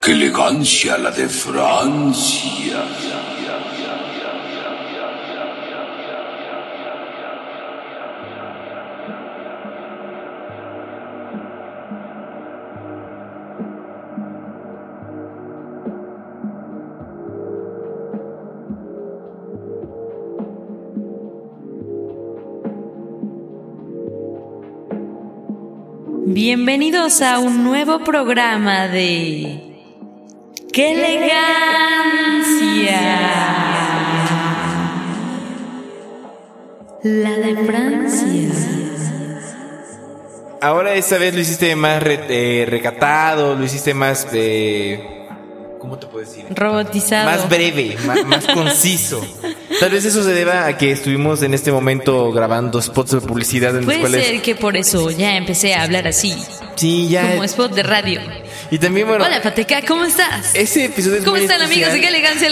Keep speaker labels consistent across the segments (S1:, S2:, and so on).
S1: ¡Qué elegancia la de Francia!
S2: Bienvenidos a un nuevo programa de ¡Qué elegancia! La de Francia.
S3: Ahora esta vez lo hiciste más recatado, lo hiciste más ¿cómo te puedo decir?
S2: Robotizado.
S3: Más breve, más conciso. Tal vez eso se deba a que estuvimos en este momento grabando spots de publicidad en los cuales...
S2: Puede ser que por eso ya empecé a hablar así.
S3: Sí, ya.
S2: Como spot de radio.
S3: Y también, bueno...
S2: Hola, Pateca, ¿cómo estás?
S3: Ese episodio es
S2: ¿Cómo
S3: muy
S2: están,
S3: especial.
S2: amigos? ¿De qué elegancia?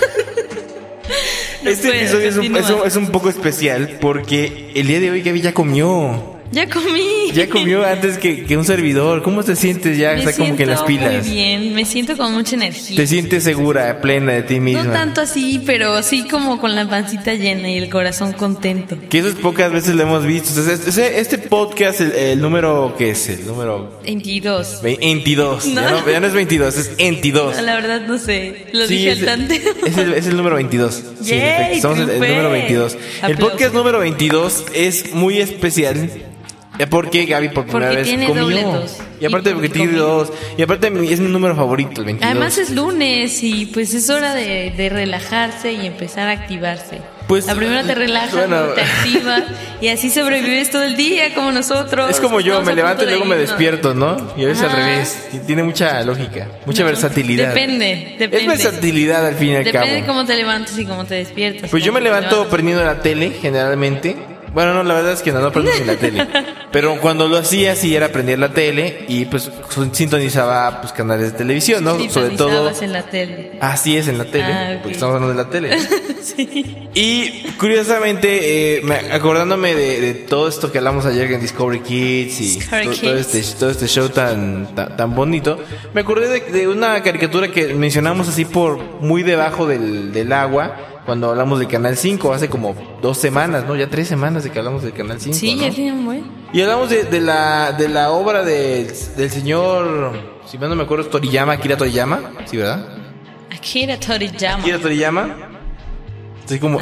S3: Este episodio es un poco especial porque el día de hoy Gaby ya comió.
S2: Ya comí.
S3: Ya comió antes que un servidor. ¿Cómo te sientes ya? Está como que en las pilas.
S2: Muy bien, me siento con mucha energía.
S3: Te sientes segura, plena de ti misma.
S2: No tanto así, pero sí como con la pancita llena y el corazón contento.
S3: Que eso es pocas veces lo hemos visto. Entonces, este podcast, el número, ¿qué es? El número
S2: 22.
S3: 22.
S2: No.
S3: Ya no es 22, es 22.
S2: No, la verdad no sé. Lo
S3: Sí,
S2: dije al tanteo.
S3: Es el número 22. Sí, en efecto, somos el número 22. El podcast número 22 es muy especial. Porque Gaby por primera vez
S2: tiene
S3: comió.
S2: doble dos.
S3: Y aparte porque tiene dos. Y aparte es mi número favorito, el 22.
S2: Además es lunes y pues es hora de relajarse y empezar a activarse.
S3: Pues,
S2: la primera te relaja,
S3: bueno.
S2: te activa y así sobrevives todo el día como nosotros.
S3: Es como yo, me levanto y luego me despierto, ¿no? Y a veces al
S2: Ajá.
S3: revés. Tiene mucha lógica, mucha versatilidad.
S2: Depende.
S3: Es versatilidad al fin y al cabo.
S2: Depende de cómo te levantas y cómo te despiertas.
S3: Pues yo me
S2: Cómo te
S3: levanto
S2: levantas.
S3: prendiendo la tele, generalmente. Bueno, no, la verdad es que no prendo ni la tele. Pero cuando lo hacía, sí era prender la tele y pues sintonizaba pues canales de televisión, ¿no? Sobre todo...
S2: Sintonizabas en la tele.
S3: Así es, en la tele,
S2: Ah, ok.
S3: porque estamos hablando de la tele.
S2: Sí.
S3: Y curiosamente, acordándome de todo esto que hablamos ayer en Discovery Kids y todo este show tan bonito, me acordé de una caricatura que mencionamos así por muy debajo del agua cuando hablamos del Canal 5, hace como 2 semanas, ¿no? Ya 3 semanas de que hablamos del Canal 5,
S2: Sí,
S3: ¿no?
S2: ya tiene un buen.
S3: Y hablamos de la obra del señor, si mal no me acuerdo, Akira Toriyama, ¿sí, verdad?
S2: Akira Toriyama.
S3: Akira Toriyama. Estoy como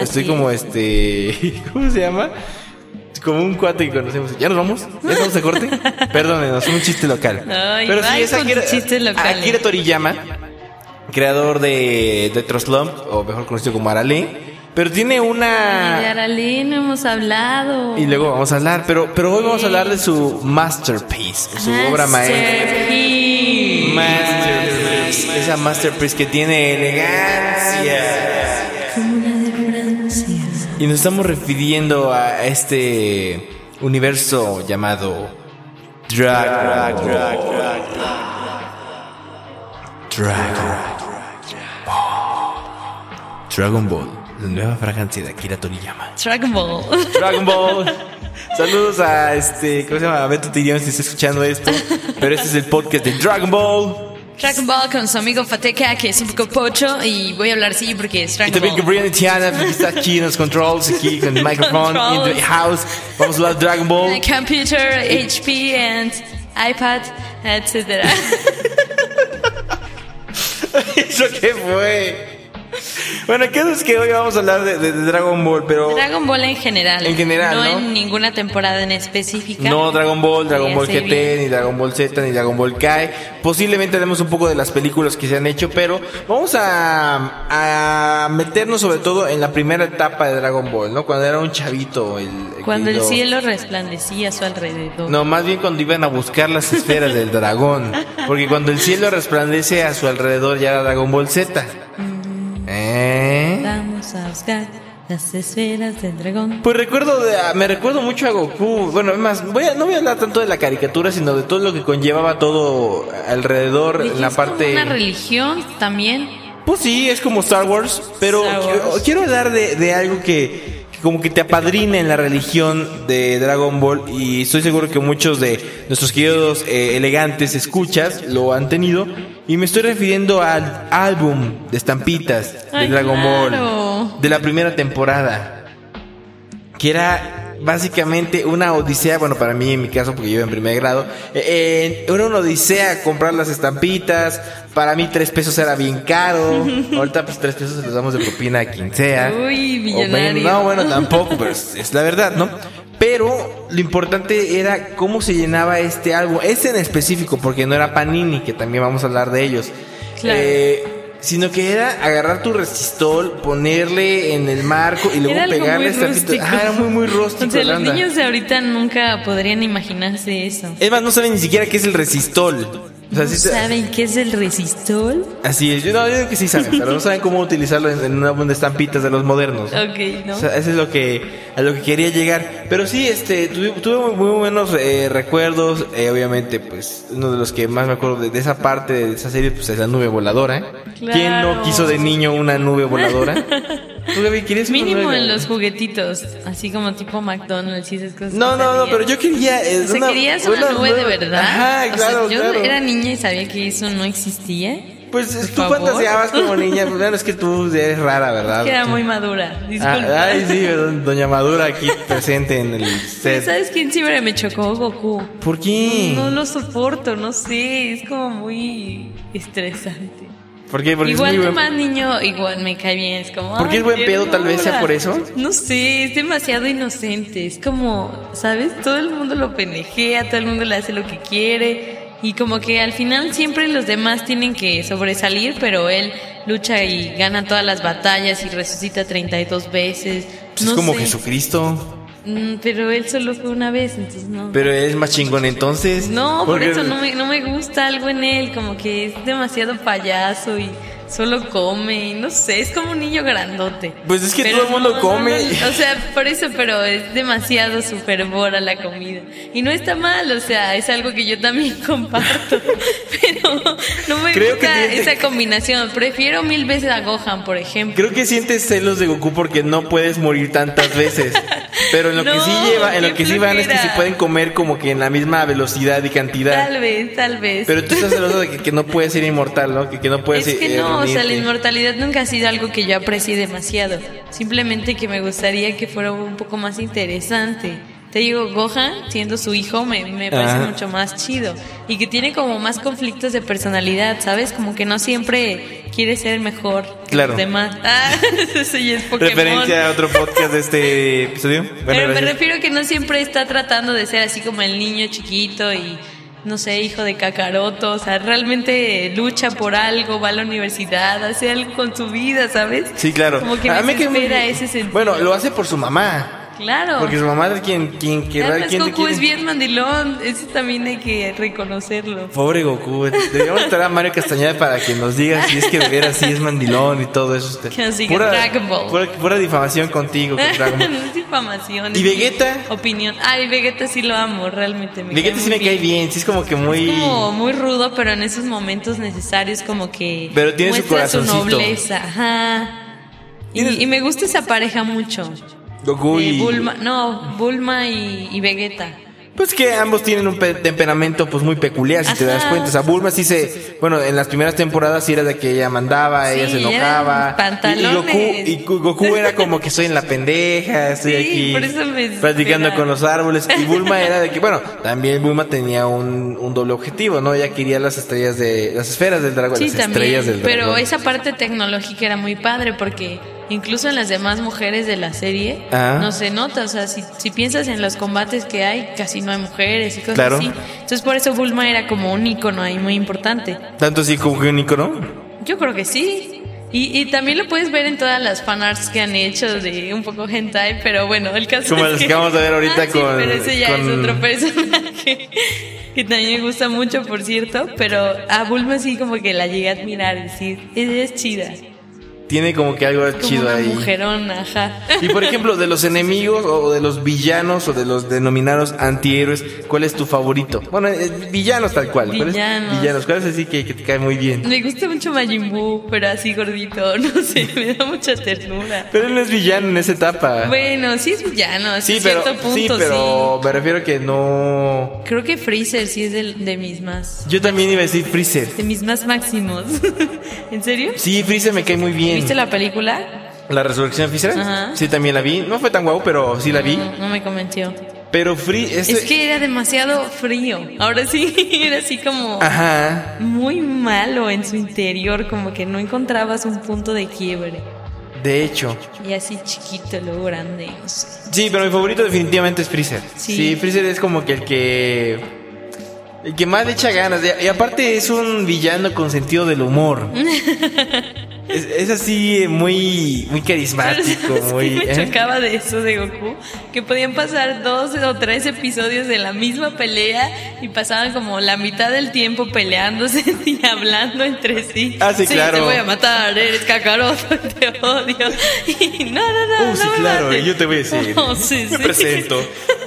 S3: ¿cómo se llama? Como un cuate que conocemos. ¿Ya nos vamos? ¿Ya estamos a corte? Perdónenos, un chiste local.
S2: Ay,
S3: pero sí, es
S2: con tus chistes locales.
S3: Akira Toriyama, creador de Retro Slump, o mejor conocido como Arale. Pero tiene
S2: De
S3: una...
S2: Arale no hemos hablado.
S3: Y luego vamos a hablar, pero hoy vamos a hablar de su masterpiece, su obra maestra. Masterpiece. Esa masterpiece que tiene elegancia.
S2: Como la de Francia.
S3: Y nos estamos refiriendo a este universo llamado Dragon Ball, la nueva fragancia de Akira Toriyama.
S2: Dragon Ball.
S3: Dragon Ball. Saludos a ¿cómo se llama? A Beto Tirión si está escuchando esto. Pero este es el podcast de Dragon Ball.
S2: Dragon Ball con su amigo Fateca, que es un poco pocho, y voy a hablar así porque es
S3: Y
S2: Dragon
S3: también
S2: Ball.
S3: Gabriel y Tiana, que está aquí en los controls, aquí con el micrófono, in the house. Vamos a hablar de Dragon Ball.
S2: The computer, HP and iPad, etc.
S3: ¿Eso qué fue? Bueno, el caso es que hoy vamos a hablar de Dragon Ball, pero...
S2: Dragon Ball en general.
S3: En general, ¿no?
S2: en ninguna temporada en específica.
S3: No Dragon Ball
S2: Fíjense
S3: GT,
S2: bien.
S3: ni Dragon Ball Z, ni Dragon Ball Kai. Posiblemente haremos un poco de las películas que se han hecho, pero vamos a meternos sobre todo en la primera etapa de Dragon Ball, ¿no? Cuando era un chavito.
S2: Cuando el cielo resplandecía a su alrededor.
S3: No, más bien cuando iban a buscar las esferas del dragón. Porque cuando el cielo resplandece a su alrededor ya era Dragon Ball Z.
S2: Vamos a buscar las esferas del dragón.
S3: Pues me recuerdo mucho a Goku. Bueno, además, no voy a hablar tanto de la caricatura, sino de todo lo que conllevaba todo alrededor en la
S2: ¿Es
S3: parte...
S2: como una religión también?
S3: Pues sí, es como Star Wars, pero
S2: Star Wars.
S3: quiero hablar de algo que como que te apadrina en la religión de Dragon Ball, y estoy seguro que muchos de nuestros queridos elegantes escuchas lo han tenido, y me estoy refiriendo al álbum de estampitas de Dragon Ball de la primera temporada, que era básicamente una odisea, bueno, para mí en mi caso, porque yo iba en primer grado, era una odisea comprar las estampitas. Para mí 3 pesos era bien caro. Ahorita pues 3 pesos se los damos de propina a quien sea.
S2: Uy, millonario.
S3: No, bueno, tampoco, pero es la verdad, ¿no? Pero lo importante era cómo se llenaba este álbum, en específico, porque no era Panini, que también vamos a hablar de ellos. Claro. Sino que era agarrar tu resistol, ponerle en el marco y luego pegarle estampita. Era muy rústico.
S2: O sea, los niños de ahorita nunca podrían imaginarse eso.
S3: Es más, no saben ni siquiera qué es el resistol. O sea,
S2: ¿No saben qué es el resistol?
S3: Así es, yo creo que sí saben, pero no saben cómo utilizarlo en un álbum de estampitas de los modernos.
S2: Ok, ¿no?
S3: O sea, eso es a lo que quería llegar. Pero sí, tuve muy buenos recuerdos. Obviamente, pues, uno de los que más me acuerdo de esa parte de esa serie, pues, es la nube voladora.
S2: Claro.
S3: ¿Quién no quiso de niño una nube voladora? ¿Tú, Gaby, querías
S2: mínimo en los juguetitos, así como tipo McDonald's y esas cosas?
S3: No, pero yo quería...
S2: ¿querías una nube de verdad?
S3: Ajá, claro,
S2: yo era niña y sabía que eso no existía.
S3: Pues tú fantaseabas como niña, pues bueno, es que tú eres rara, ¿verdad?
S2: Es que era muy madura, disculpa.
S3: Ay, sí, doña Madura aquí presente en el set.
S2: ¿Sabes quién siempre me chocó? Goku.
S3: ¿Por qué?
S2: No lo soporto, no sé, es como muy estresante.
S3: ¿Por qué? Porque
S2: igual de más niño, igual me cae bien, es como...
S3: ¿Por qué es buen pedo, tal vez sea por eso?
S2: No sé, es demasiado inocente, es como, ¿sabes? Todo el mundo lo pendejea, todo el mundo le hace lo que quiere, y como que al final siempre los demás tienen que sobresalir, pero él lucha y gana todas las batallas y resucita 32 veces.
S3: Pues no es como sé. Jesucristo.
S2: Pero él solo fue una vez, entonces no.
S3: Pero es más chingón entonces.
S2: No, por eso no me gusta algo en él, como que es demasiado payaso y solo come, y no sé, es como un niño grandote.
S3: Pues es que pero todo el mundo come.
S2: O sea, por eso, pero es demasiado su fervor a la comida. Y no está mal, o sea, es algo que yo también comparto. Pero no me gusta esa combinación. Prefiero 1000 veces a Gohan, por ejemplo.
S3: Creo que sientes celos de Goku porque no puedes morir tantas veces. Pero en lo que sí lleva, en lo que sí van es que sí pueden comer como que en la misma velocidad y cantidad.
S2: Tal vez.
S3: Pero tú estás celoso de que no puedes ser inmortal, ¿no? Que no puedes
S2: Es que no, o sea, la inmortalidad nunca ha sido algo que yo aprecie demasiado. Simplemente que me gustaría que fuera un poco más interesante. Te digo, Gohan, siendo su hijo, me parece mucho más chido. Y que tiene como más conflictos de personalidad, ¿sabes? Como que no siempre quiere ser el mejor que los demás. Eso ya es Pokémon.
S3: Referencia a otro podcast de este episodio. Bueno,
S2: pero me refiero a que no siempre está tratando de ser así como el niño chiquito y... no sé, hijo de Kakaroto, o sea, realmente lucha por algo, va a la universidad, hace algo con su vida, ¿sabes?
S3: Sí, claro.
S2: Como que me espera ese sentido.
S3: Bueno, lo hace por su mamá.
S2: Claro.
S3: Porque su mamá es quien
S2: Goku es bien mandilón, eso también hay que reconocerlo.
S3: Pobre Goku, deberíamos estar a Mario Castañeda para que nos diga si es que de veras sí es mandilón y todo eso. Pura difamación contigo con Dragon Ball.
S2: No es difamación.
S3: ¿Y Vegeta?
S2: Opinión. Vegeta sí lo amo, realmente.
S3: Vegeta sí me cae bien, sí es como que muy...
S2: Es como muy rudo, pero en esos momentos necesarios como que...
S3: Pero tiene su corazoncito.
S2: Su nobleza, ajá. Y me gusta esa pareja mucho.
S3: Goku y...
S2: Bulma y Vegeta.
S3: Pues que ambos tienen un temperamento pues muy peculiar, si te das cuenta. O sea, Bulma sí bueno, en las primeras temporadas sí era de que ella mandaba, ella se enojaba. Y Goku era como que soy en la pendeja, estoy aquí
S2: por eso
S3: platicando con los árboles. Y Bulma era de que, bueno, también Bulma tenía un doble objetivo, ¿no? Ella quería las esferas del dragón, las estrellas del dragón.
S2: Pero esa parte tecnológica era muy padre porque incluso en las demás mujeres de la serie no se nota, o sea, si piensas en los combates que hay, casi no hay mujeres y cosas así. Entonces por eso Bulma era como un ícono ahí muy importante.
S3: ¿Tanto así como un ícono?
S2: Yo creo que sí. Y también lo puedes ver en todas las fanarts que han hecho de un poco hentai, pero bueno, el caso
S3: como
S2: es
S3: las que vamos a ver ahorita con...
S2: pero ese ya es otro personaje que también me gusta mucho, por cierto, pero a Bulma sí como que la llegué a admirar y decir, es chida.
S3: tiene como que algo
S2: como
S3: chido
S2: una
S3: ahí.
S2: Mujerón, ajá.
S3: Y por ejemplo, de los enemigos o de los villanos o de los denominados antihéroes, ¿cuál es tu favorito? Bueno, villanos tal cual.
S2: Villanos.
S3: ¿Cuál es así que te cae muy bien?
S2: Me gusta mucho Majin Buu, pero así gordito, no sé, me da mucha ternura.
S3: Pero él no es villano en esa etapa.
S2: Bueno, sí es villano, hasta
S3: Sí,
S2: cierto punto,
S3: pero me refiero que no...
S2: Creo que Freezer sí es de mis más...
S3: Yo también iba a decir Freezer.
S2: De mis más máximos. ¿En serio?
S3: Sí, Freezer me cae muy bien.
S2: ¿Viste la película?
S3: ¿La resurrección de Freezer?
S2: Ajá.
S3: Sí, también la vi. No fue tan guau, pero sí la vi.
S2: No me convenció.
S3: Pero
S2: Es que era demasiado frío. Ahora sí, era así como...
S3: Ajá.
S2: Muy malo en su interior, como que no encontrabas un punto de quiebre.
S3: De hecho.
S2: Y así chiquito, luego grande, no sé.
S3: Sí, pero mi favorito definitivamente es Freezer. Sí, Freezer es como que el que más le echa ganas. Y aparte es un villano con sentido del humor. Es así muy carismático. Muy,
S2: me chocaba de eso de Goku, que podían pasar 2 o 3 episodios de la misma pelea y pasaban como la mitad del tiempo peleándose y hablando entre sí.
S3: Ah, sí, claro.
S2: Te voy a matar, eres cacaroso, te odio. Y no
S3: sí,
S2: me
S3: claro,
S2: mates.
S3: yo te voy a decir.
S2: Sí.
S3: Me presento.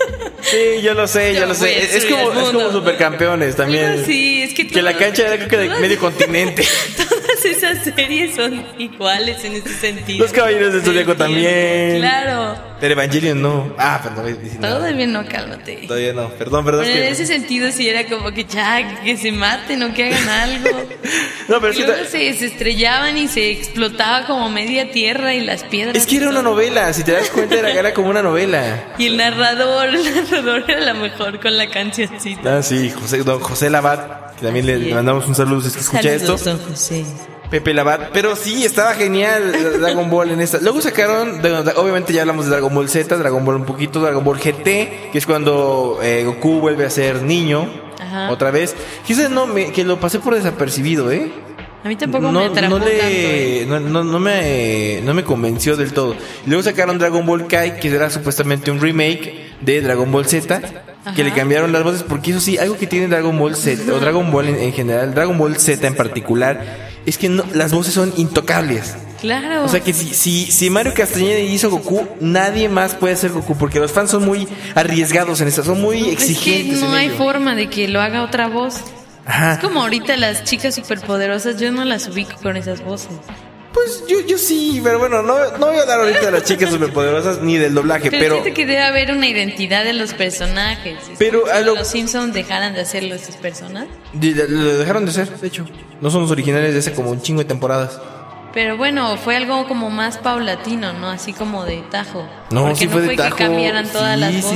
S3: Sí, yo lo sé. Es como supercampeones también.
S2: Sí, es
S3: que la cancha era creo que de medio continente.
S2: Todas esas series son iguales en ese sentido.
S3: Los Caballeros del Zodiaco también.
S2: Claro.
S3: Pero Evangelion no. Perdón.
S2: Todavía no, cálmate.
S3: Todavía no. Perdón.
S2: Pero en ese sentido sí era como que ya, que se maten o que hagan algo.
S3: No, pero
S2: y luego se estrellaban y se explotaba como media tierra y las piedras.
S3: Es que era una novela, si te das cuenta era como una novela.
S2: Y el narrador era la mejor con la cancioncita.
S3: Sí, don José Labat, que también le mandamos un saludo si es que escucha esto.
S2: Don José.
S3: Pepe Labat, pero sí, estaba genial Dragon Ball en esta. Luego sacaron, obviamente ya hablamos de Dragon Ball Z, Dragon Ball un poquito, Dragon Ball GT, que es cuando Goku vuelve a ser niño. Ajá. Otra vez. Quizás que lo pasé por desapercibido,
S2: A mí tampoco me atrapó tanto.
S3: No me convenció del todo. Luego sacaron Dragon Ball Kai, que era supuestamente un remake de Dragon Ball Z. Ajá. Que le cambiaron las voces, porque eso sí, algo que tiene Dragon Ball Z, o Dragon Ball en general, Dragon Ball Z en particular, es que las voces son intocables.
S2: Claro.
S3: O sea que si Mario Castañeda hizo Goku, nadie más puede ser Goku, porque los fans son muy arriesgados en eso, son muy exigentes.
S2: Es que no hay forma de que lo haga otra voz.
S3: Ajá.
S2: Es como ahorita las chicas superpoderosas, yo no las ubico con esas voces.
S3: Pues yo sí, pero bueno, no voy a hablar ahorita de las chicas superpoderosas ni del doblaje, pero
S2: siento que debe haber una identidad de los personajes.
S3: Pero
S2: los Simpsons dejaran de hacerlo esas personas.
S3: Lo dejaron de hacer, de hecho. No son los originales de hace como un chingo de temporadas.
S2: Pero bueno, fue algo como más paulatino, ¿no? Así como de tajo.
S3: No,
S2: porque
S3: sí fue de tajo.
S2: Que cambiaran todas las voces.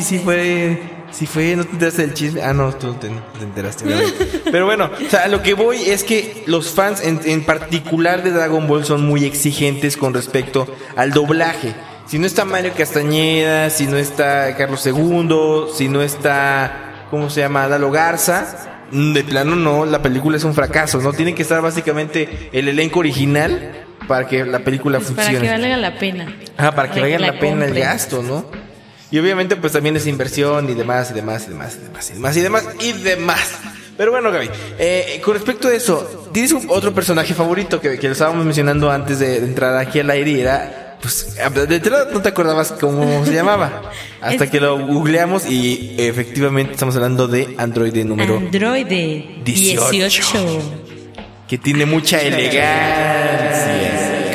S3: Sí fue, ¿no te enteraste del chisme? No, tú te enteraste. Pero bueno, o sea, a lo que voy es que los fans en particular de Dragon Ball son muy exigentes con respecto al doblaje. Si no está Mario Castañeda, si no está Carlos II, si no está, ¿cómo se llama? Lalo Garza, de plano no, la película es un fracaso, ¿no? Tiene que estar básicamente el elenco original para que la película funcione.
S2: Para que valga la pena.
S3: Para que valga la pena el gasto, ¿no? Y obviamente pues también es inversión y demás. Pero bueno, Gaby, con respecto a eso, ¿tienes otro personaje favorito que lo estábamos mencionando antes de entrar aquí al aire? Y era, pues, de entrada no te acordabas cómo se llamaba, hasta que lo googleamos y efectivamente estamos hablando de Androide número 18. Que tiene mucha elegancia.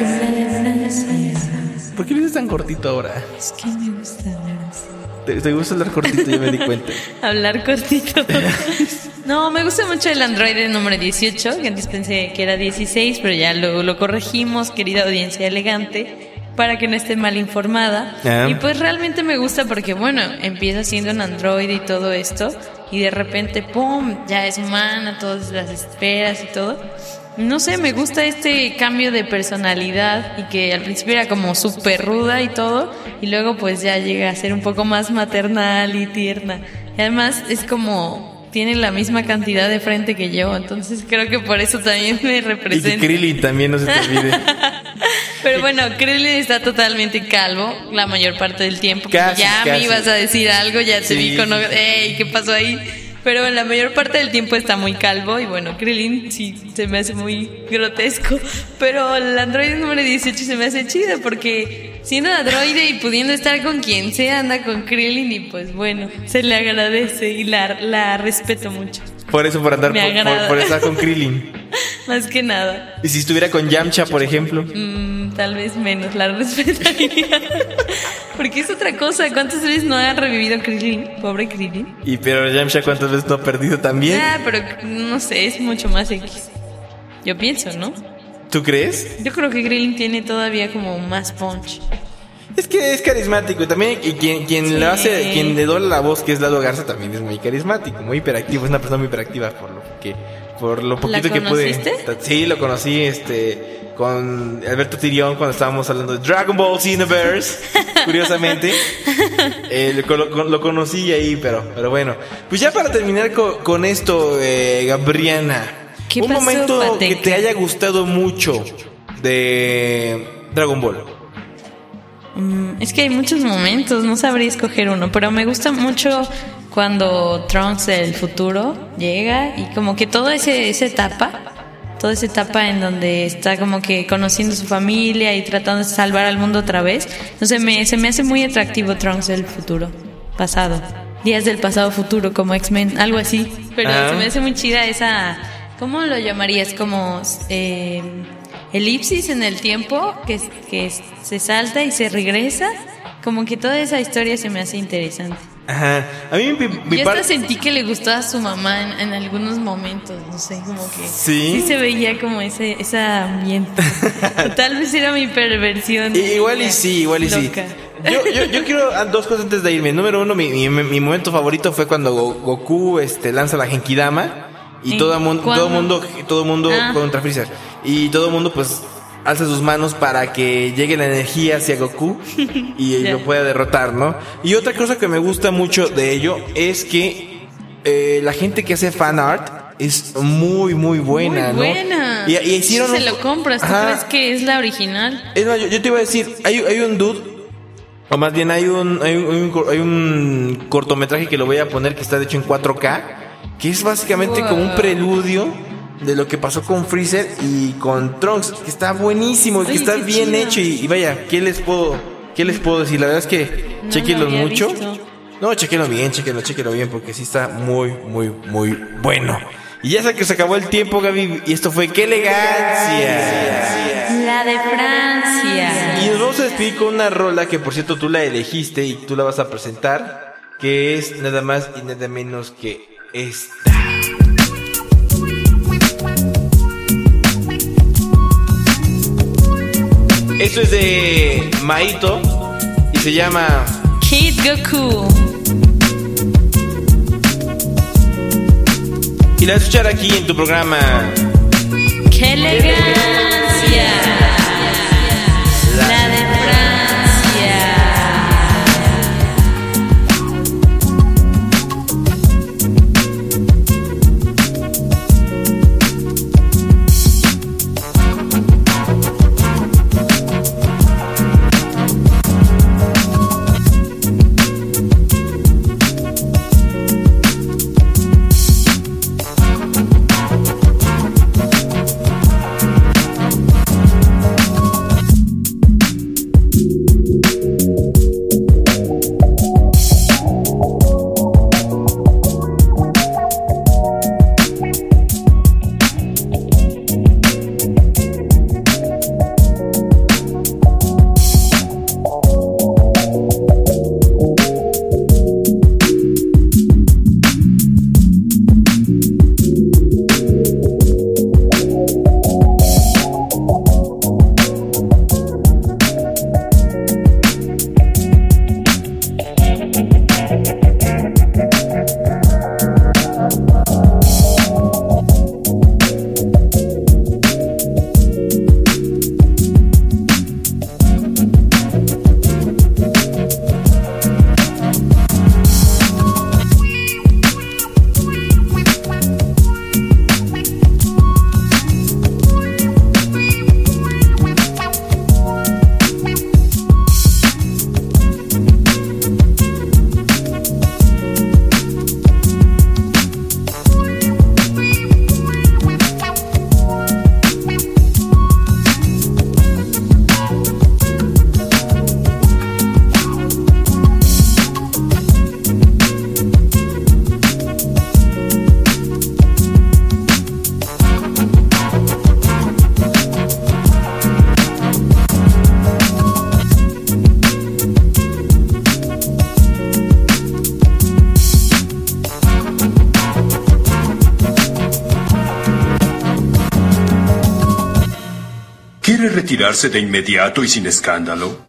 S3: ¿Por qué lo dices tan cortito ahora?
S2: Es que me gusta hablar así.
S3: ¿Te gusta hablar cortito? Ya me di cuenta.
S2: Hablar cortito. No, me gusta mucho el Androide número 18, que antes pensé que era 16, pero ya lo corregimos, querida audiencia elegante, para que no esté mal informada. Y pues realmente me gusta porque, bueno, empieza siendo un androide y todo esto, y de repente, ¡pum!, ya es humana, todas las esperas y todo. No sé, me gusta este cambio de personalidad y que al principio era como súper ruda y todo, y luego pues ya llega a ser un poco más maternal y tierna. Y además es como, tiene la misma cantidad de frente que yo, entonces creo que por eso también me representa.
S3: Y que Krillin también, no se te olvide.
S2: Pero bueno, Krillin está totalmente calvo la mayor parte del tiempo.
S3: Casi.
S2: Me ibas a decir algo, ya te vi con... ¡Ey! ¿Qué pasó ahí? Pero la mayor parte del tiempo está muy calvo. Y bueno, Krillin sí se me hace muy grotesco. Pero el androide número 18 se me hace chido porque siendo androide y pudiendo estar con quien sea, anda con Krillin. Y pues bueno, se le agradece y la respeto mucho.
S3: Por eso, por andar por estar con Krillin.
S2: Más que nada.
S3: ¿Y si estuviera con Yamcha, por ejemplo?
S2: Tal vez menos, la respetaría. Porque es otra cosa. ¿Cuántas veces no ha revivido Krillin? Pobre Krillin.
S3: Y pero Yamcha, ¿cuántas veces no ha perdido también?
S2: Pero no sé, es mucho más X. Yo pienso, ¿no?
S3: ¿Tú crees?
S2: Yo creo que Krillin tiene todavía como más punch.
S3: Es que es carismático. Y también quien le hace, quien le dobla la voz, que es Lalo Garza, también es muy carismático, muy hiperactivo. Es una persona muy hiperactiva por lo poquito que pude. Sí, lo conocí con Alberto Tirión cuando estábamos hablando de Dragon Ball Xenoverse. Curiosamente. Lo conocí ahí, pero bueno. Pues ya para terminar con esto, Gabriana.
S2: ¿Qué
S3: un
S2: pasó,
S3: momento
S2: Pateca?
S3: que te haya gustado mucho de Dragon Ball.
S2: Es que hay muchos momentos, no sabría escoger uno, pero me gusta mucho cuando Trunks del futuro llega y como que toda esa etapa en donde está como que conociendo su familia y tratando de salvar al mundo otra vez. Entonces se me hace muy atractivo Trunks del futuro, pasado, días del pasado futuro, como X-Men, algo así. Pero se me hace muy chida esa, ¿cómo lo llamarías? Como elipsis en el tiempo, que se salta y se regresa. Como que toda esa historia se me hace interesante.
S3: Ajá. A mí
S2: yo hasta sentí que le gustó a su mamá en algunos momentos, no sé, como que sí se veía como ese ambiente. Tal vez era mi perversión.
S3: Igual y sí. Yo quiero dos cosas antes de irme. Número uno, mi momento favorito fue cuando Goku lanza la Genkidama y todo mundo contra Freezer. Y todo el mundo pues alza sus manos para que llegue la energía hacia Goku y lo pueda derrotar, ¿no? Y otra cosa que me gusta mucho de ello es que la gente que hace fan art es muy, muy buena,
S2: muy
S3: ¿no?
S2: buena.
S3: Y hicieron
S2: se lo compras, ¿tú crees que es la original?
S3: Es más, yo te iba a decir, hay un dude, o más bien hay un cortometraje que lo voy a poner que está de hecho en 4K, que es básicamente como un preludio de lo que pasó con Freezer y con Trunks, que está buenísimo, que está bien chido. Hecho y vaya, ¿qué les puedo decir? La verdad es que chequenlo mucho. Visto. No, chequenlo bien porque sí está muy, muy, muy bueno. Y ya sé que se acabó el tiempo, Gaby, y esto fue ¡Qué elegancia!
S2: La de Francia.
S3: Y nos vamos a despedir con una rola que por cierto tú la elegiste y tú la vas a presentar, que es nada más y nada menos que esta. Esto es de Maito y se llama
S2: Kid Goku.
S3: Y la vas a escuchar aquí en tu programa
S2: ¡Qué elegancia! La de Francia.
S4: ¿Quiere retirarse de inmediato y sin escándalo?